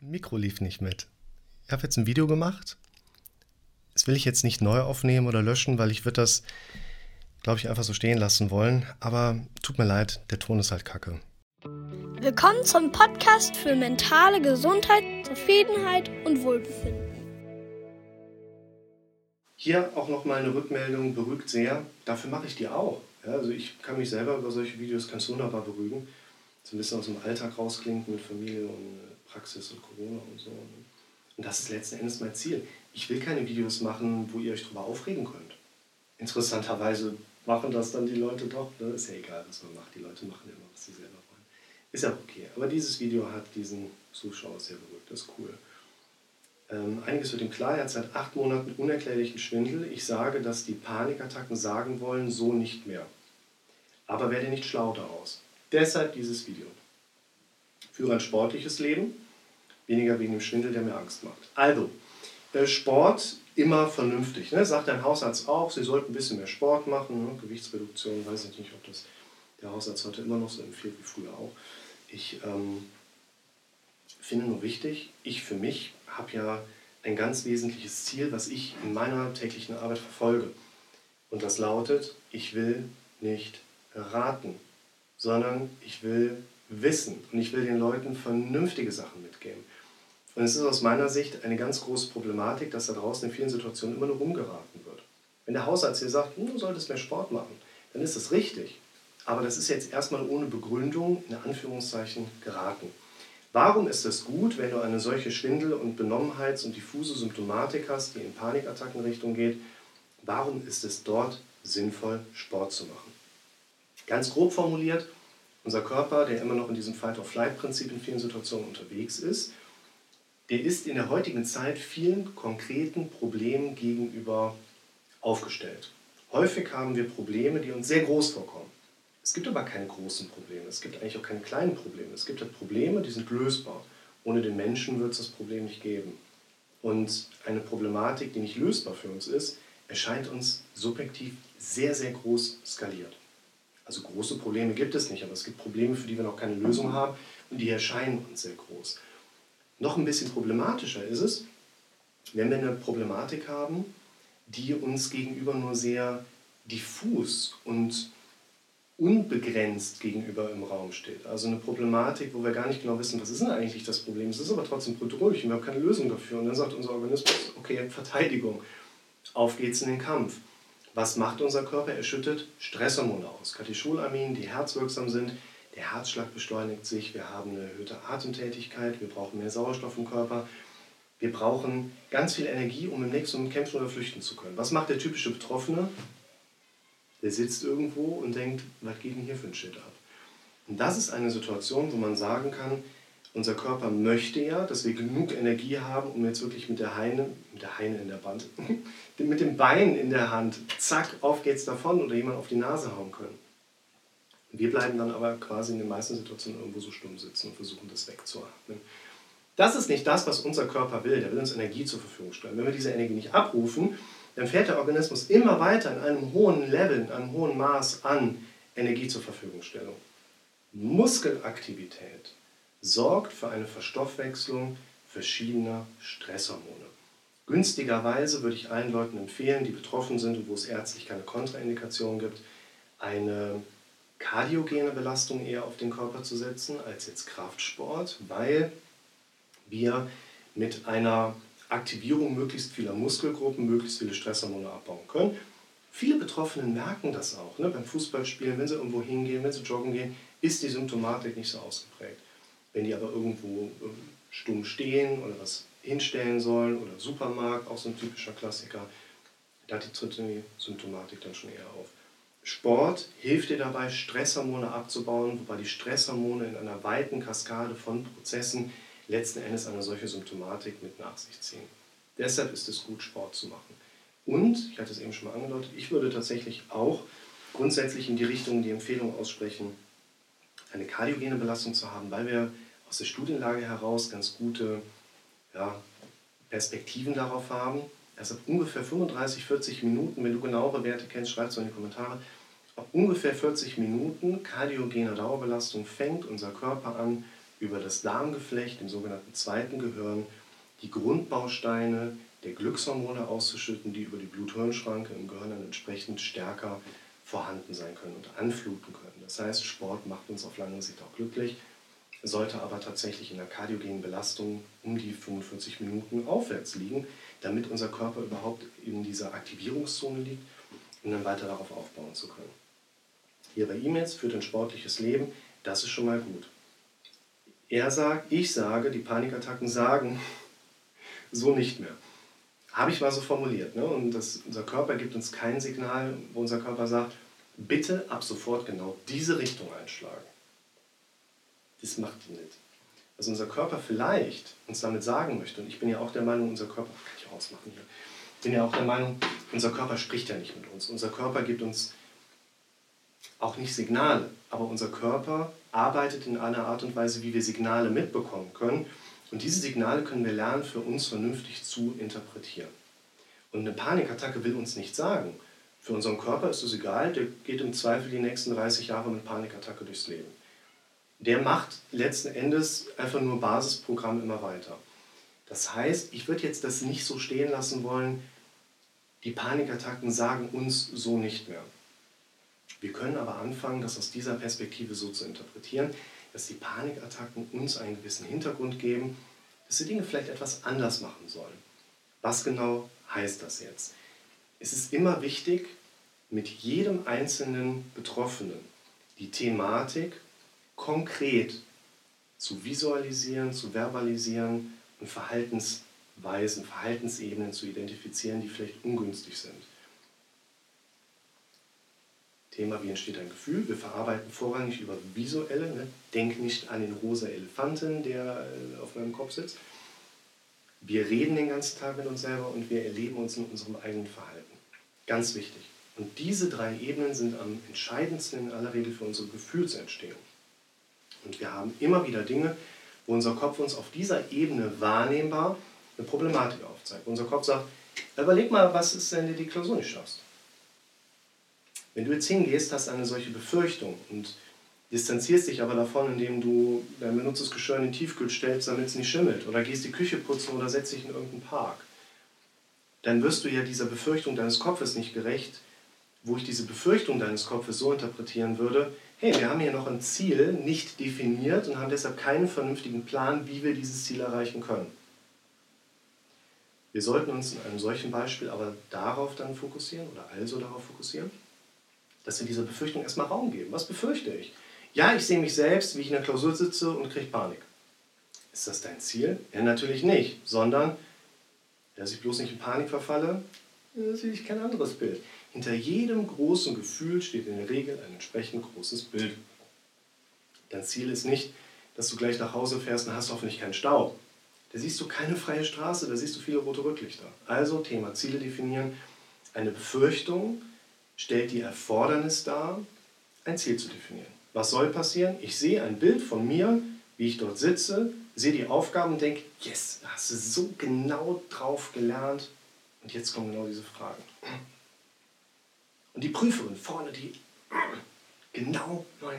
Mikro lief nicht mit. Ich habe jetzt ein Video gemacht. Das will ich jetzt nicht neu aufnehmen oder löschen, weil ich würde das, glaube ich, einfach so stehen lassen wollen. Aber tut mir leid, der Ton ist halt kacke. Willkommen zum Podcast für mentale Gesundheit, Zufriedenheit und Wohlbefinden. Hier auch nochmal eine Rückmeldung, beruhigt sehr. Dafür mache ich die auch. Ja, also ich kann mich selber über solche Videos ganz wunderbar beruhigen. So ein bisschen aus dem Alltag rausklinken mit Familie und Praxis und Corona und so. Und das ist letzten Endes mein Ziel. Ich will keine Videos machen, wo ihr euch darüber aufregen könnt. Interessanterweise machen das dann die Leute doch. Ne? Ist ja egal, was man macht. Die Leute machen immer, was sie selber wollen. Ist ja okay. Aber dieses Video hat diesen Zuschauer sehr beruhigt. Das ist cool. Einiges wird ihm klar. Er hat seit 8 Monaten unerklärlichen Schwindel. Ich sage, dass die Panikattacken sagen wollen, so nicht mehr. Aber werde nicht schlau daraus. Deshalb dieses Video. Führe ein sportliches Leben, weniger wegen dem Schwindel, der mir Angst macht. Also, Sport immer vernünftig. Ne? Sagt dein Hausarzt auch, Sie sollten ein bisschen mehr Sport machen. Ne? Gewichtsreduktion, weiß ich nicht, ob das der Hausarzt heute immer noch so empfiehlt wie früher auch. Ich finde nur wichtig, ich für mich habe ja ein ganz wesentliches Ziel, was ich in meiner täglichen Arbeit verfolge. Und das lautet, ich will nicht raten, sondern ich will wissen und ich will den Leuten vernünftige Sachen mitgeben. Und es ist aus meiner Sicht eine ganz große Problematik, dass da draußen in vielen Situationen immer nur rumgeraten wird. Wenn der Hausarzt hier sagt, du solltest mehr Sport machen, dann ist das richtig. Aber das ist jetzt erstmal ohne Begründung, in Anführungszeichen, geraten. Warum ist es gut, wenn du eine solche Schwindel- und Benommenheits- und diffuse Symptomatik hast, die in Panikattackenrichtung geht? Warum ist es dort sinnvoll, Sport zu machen? Ganz grob formuliert, unser Körper, der immer noch in diesem Fight-or-Flight-Prinzip in vielen Situationen unterwegs ist, der ist in der heutigen Zeit vielen konkreten Problemen gegenüber aufgestellt. Häufig haben wir Probleme, die uns sehr groß vorkommen. Es gibt aber keine großen Probleme, es gibt eigentlich auch keine kleinen Probleme. Es gibt halt Probleme, die sind lösbar. Ohne den Menschen wird es das Problem nicht geben. Und eine Problematik, die nicht lösbar für uns ist, erscheint uns subjektiv sehr, sehr groß skaliert. Also große Probleme gibt es nicht, aber es gibt Probleme, für die wir noch keine Lösung haben und die erscheinen uns sehr groß. Noch ein bisschen problematischer ist es, wenn wir eine Problematik haben, die uns gegenüber nur sehr diffus und unbegrenzt gegenüber im Raum steht. Also eine Problematik, wo wir gar nicht genau wissen, was ist denn eigentlich das Problem. Es ist aber trotzdem bedrohlich und wir haben keine Lösung dafür. Und dann sagt unser Organismus, okay, Verteidigung, auf geht's in den Kampf. Was macht unser Körper? Er schüttet Stresshormone aus, Katecholamin, die herzwirksam sind. Der Herzschlag beschleunigt sich, wir haben eine erhöhte Atemtätigkeit, wir brauchen mehr Sauerstoff im Körper. Wir brauchen ganz viel Energie, um im nächsten Moment kämpfen oder flüchten zu können. Was macht der typische Betroffene? Der sitzt irgendwo und denkt, was geht denn hier für ein Shit ab? Und das ist eine Situation, wo man sagen kann, unser Körper möchte ja, dass wir genug Energie haben, um jetzt wirklich mit der Heine in der Band, mit dem Bein in der Hand, zack, auf geht's davon oder jemand auf die Nase hauen können. Wir bleiben dann aber quasi in den meisten Situationen irgendwo so stumm sitzen und versuchen, das wegzuatmen. Das ist nicht das, was unser Körper will. Der will uns Energie zur Verfügung stellen. Wenn wir diese Energie nicht abrufen, dann fährt der Organismus immer weiter in einem hohen Level, in einem hohen Maß an Energie zur Verfügungstellung. Muskelaktivität sorgt für eine Verstoffwechslung verschiedener Stresshormone. Günstigerweise würde ich allen Leuten empfehlen, die betroffen sind und wo es ärztlich keine Kontraindikation gibt, eine kardiogene Belastung eher auf den Körper zu setzen als jetzt Kraftsport, weil wir mit einer Aktivierung möglichst vieler Muskelgruppen möglichst viele Stresshormone abbauen können. Viele Betroffenen merken das auch. Ne? Beim Fußballspielen, wenn sie irgendwo hingehen, wenn sie joggen gehen, ist die Symptomatik nicht so ausgeprägt. Wenn die aber irgendwo stumm stehen oder was hinstellen sollen oder Supermarkt, auch so ein typischer Klassiker, da tritt die Symptomatik dann schon eher auf. Sport hilft dir dabei, Stresshormone abzubauen, wobei die Stresshormone in einer weiten Kaskade von Prozessen letzten Endes eine solche Symptomatik mit nach sich ziehen. Deshalb ist es gut, Sport zu machen. Und, ich hatte es eben schon mal angedeutet, ich würde tatsächlich auch grundsätzlich in die Richtung die Empfehlung aussprechen, eine kardiogene Belastung zu haben, weil wir aus der Studienlage heraus ganz gute Perspektiven darauf haben. Also ab ungefähr 35, 40 Minuten, wenn du genauere Werte kennst, schreib es in die Kommentare, ab ungefähr 40 Minuten kardiogener Dauerbelastung fängt unser Körper an, über das Darmgeflecht, dem sogenannten zweiten Gehirn, die Grundbausteine der Glückshormone auszuschütten, die über die Blut-Hirn-Schranke im Gehirn dann entsprechend stärker vorhanden sein können und anfluten können. Das heißt, Sport macht uns auf lange Sicht auch glücklich, sollte aber tatsächlich in der kardiogenen Belastung um die 45 Minuten aufwärts liegen, damit unser Körper überhaupt in dieser Aktivierungszone liegt, um dann weiter darauf aufbauen zu können. Hier bei ihm jetzt führt ein sportliches Leben, das ist schon mal gut. Er sagt, ich sage, die Panikattacken sagen, so nicht mehr. Habe ich mal so formuliert. Ne? Und unser Körper gibt uns kein Signal, wo unser Körper sagt, bitte ab sofort genau diese Richtung einschlagen. Das macht die nicht. Also unser Körper vielleicht uns damit sagen möchte, und ich bin ja auch der Meinung, unser Körper, kann ich auch ausmachen hier, ich bin ja auch der Meinung, unser Körper spricht ja nicht mit uns. Unser Körper gibt uns auch nicht Signale, aber unser Körper arbeitet in einer Art und Weise, wie wir Signale mitbekommen können. Und diese Signale können wir lernen, für uns vernünftig zu interpretieren. Und eine Panikattacke will uns nichts sagen. Für unseren Körper ist es egal, der geht im Zweifel die nächsten 30 Jahre mit Panikattacke durchs Leben. Der macht letzten Endes einfach nur Basisprogramm immer weiter. Das heißt, ich würde jetzt das nicht so stehen lassen wollen, die Panikattacken sagen uns so nicht mehr. Wir können aber anfangen, das aus dieser Perspektive so zu interpretieren, dass die Panikattacken uns einen gewissen Hintergrund geben, dass wir Dinge vielleicht etwas anders machen sollen. Was genau heißt das jetzt? Es ist immer wichtig, mit jedem einzelnen Betroffenen die Thematik konkret zu visualisieren, zu verbalisieren und Verhaltensweisen, Verhaltensebenen zu identifizieren, die vielleicht ungünstig sind. Thema, wie entsteht ein Gefühl? Wir verarbeiten vorrangig über visuelle. Ne? Denk nicht an den rosa Elefanten, der auf meinem Kopf sitzt. Wir reden den ganzen Tag mit uns selber und wir erleben uns in unserem eigenen Verhalten. Ganz wichtig. Und diese 3 Ebenen sind am entscheidendsten in aller Regel für unsere Gefühlsentstehung. Und wir haben immer wieder Dinge, wo unser Kopf uns auf dieser Ebene wahrnehmbar eine Problematik aufzeigt. Unser Kopf sagt, überleg mal, was ist, wenn du die Klausur nicht schaffst? Wenn du jetzt hingehst, hast du eine solche Befürchtung und distanzierst dich aber davon, indem du dein benutztes Geschirr in den Tiefkühl stellst, damit es nicht schimmelt, oder gehst die Küche putzen oder setzt dich in irgendeinen Park, dann wirst du ja dieser Befürchtung deines Kopfes nicht gerecht, wo ich diese Befürchtung deines Kopfes so interpretieren würde, hey, wir haben hier noch ein Ziel nicht definiert und haben deshalb keinen vernünftigen Plan, wie wir dieses Ziel erreichen können. Wir sollten uns in einem solchen Beispiel aber darauf dann fokussieren, oder also darauf fokussieren, dass wir dieser Befürchtung erstmal Raum geben. Was befürchte ich? Ja, ich sehe mich selbst, wie ich in der Klausur sitze und kriege Panik. Ist das dein Ziel? Ja, natürlich nicht, sondern, dass ich bloß nicht in Panik verfalle, ist natürlich kein anderes Bild. Hinter jedem großen Gefühl steht in der Regel ein entsprechend großes Bild. Dein Ziel ist nicht, dass du gleich nach Hause fährst und hast hoffentlich keinen Stau. Da siehst du keine freie Straße, da siehst du viele rote Rücklichter. Also Thema Ziele definieren. Eine Befürchtung stellt die Erfordernis dar, ein Ziel zu definieren. Was soll passieren? Ich sehe ein Bild von mir, wie ich dort sitze, sehe die Aufgaben und denke, yes, da hast du so genau drauf gelernt. Und jetzt kommen genau diese Fragen. Und die Prüferin vorne, die genau 9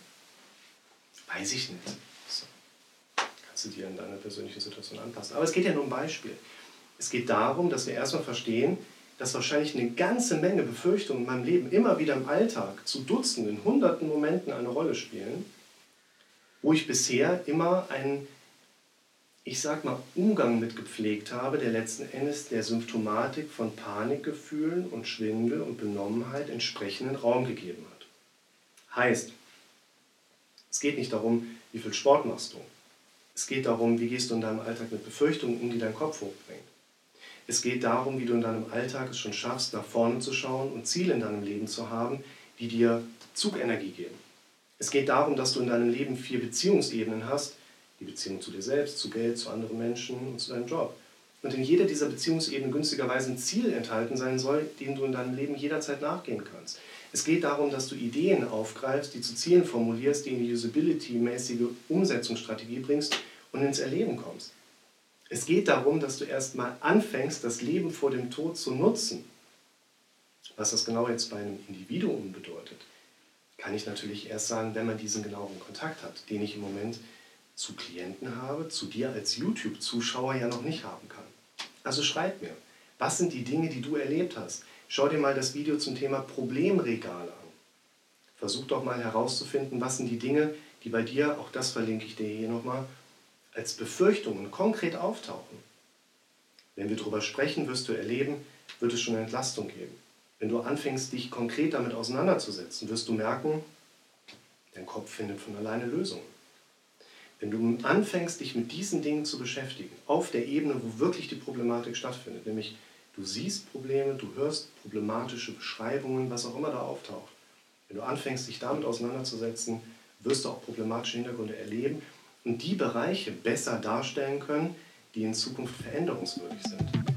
von, weiß ich nicht. So. Kannst du dir an deine persönliche Situation anpassen. Aber es geht ja nur um ein Beispiel. Es geht darum, dass wir erstmal verstehen, dass wahrscheinlich eine ganze Menge Befürchtungen in meinem Leben immer wieder im Alltag zu Dutzenden, Hunderten Momenten eine Rolle spielen, wo ich bisher immer einen, ich sag mal, Umgang mit gepflegt habe, der letzten Endes der Symptomatik von Panikgefühlen und Schwindel und Benommenheit entsprechenden Raum gegeben hat. Heißt, es geht nicht darum, wie viel Sport machst du. Es geht darum, wie gehst du in deinem Alltag mit Befürchtungen um, die dein Kopf hochbringt. Es geht darum, wie du in deinem Alltag es schon schaffst, nach vorne zu schauen und Ziele in deinem Leben zu haben, die dir Zugenergie geben. Es geht darum, dass du in deinem Leben 4 Beziehungsebenen hast, die Beziehung zu dir selbst, zu Geld, zu anderen Menschen und zu deinem Job. Und in jeder dieser Beziehungsebenen günstigerweise ein Ziel enthalten sein soll, dem du in deinem Leben jederzeit nachgehen kannst. Es geht darum, dass du Ideen aufgreifst, die zu Zielen formulierst, die in die Usability-mäßige Umsetzungsstrategie bringst und ins Erleben kommst. Es geht darum, dass du erstmal anfängst, das Leben vor dem Tod zu nutzen. Was das genau jetzt bei einem Individuum bedeutet, kann ich natürlich erst sagen, wenn man diesen genaueren Kontakt hat, den ich im Moment zu Klienten habe, zu dir als YouTube-Zuschauer ja noch nicht haben kann. Also schreib mir, was sind die Dinge, die du erlebt hast? Schau dir mal das Video zum Thema Problemregale an. Versuch doch mal herauszufinden, was sind die Dinge, die bei dir, auch das verlinke ich dir hier nochmal, als Befürchtungen konkret auftauchen. Wenn wir darüber sprechen, wirst du erleben, wird es schon eine Entlastung geben. Wenn du anfängst, dich konkret damit auseinanderzusetzen, wirst du merken, dein Kopf findet von alleine Lösungen. Wenn du anfängst, dich mit diesen Dingen zu beschäftigen, auf der Ebene, wo wirklich die Problematik stattfindet, nämlich du siehst Probleme, du hörst problematische Beschreibungen, was auch immer da auftaucht. Wenn du anfängst, dich damit auseinanderzusetzen, wirst du auch problematische Hintergründe erleben und die Bereiche besser darstellen können, die in Zukunft veränderungswürdig sind.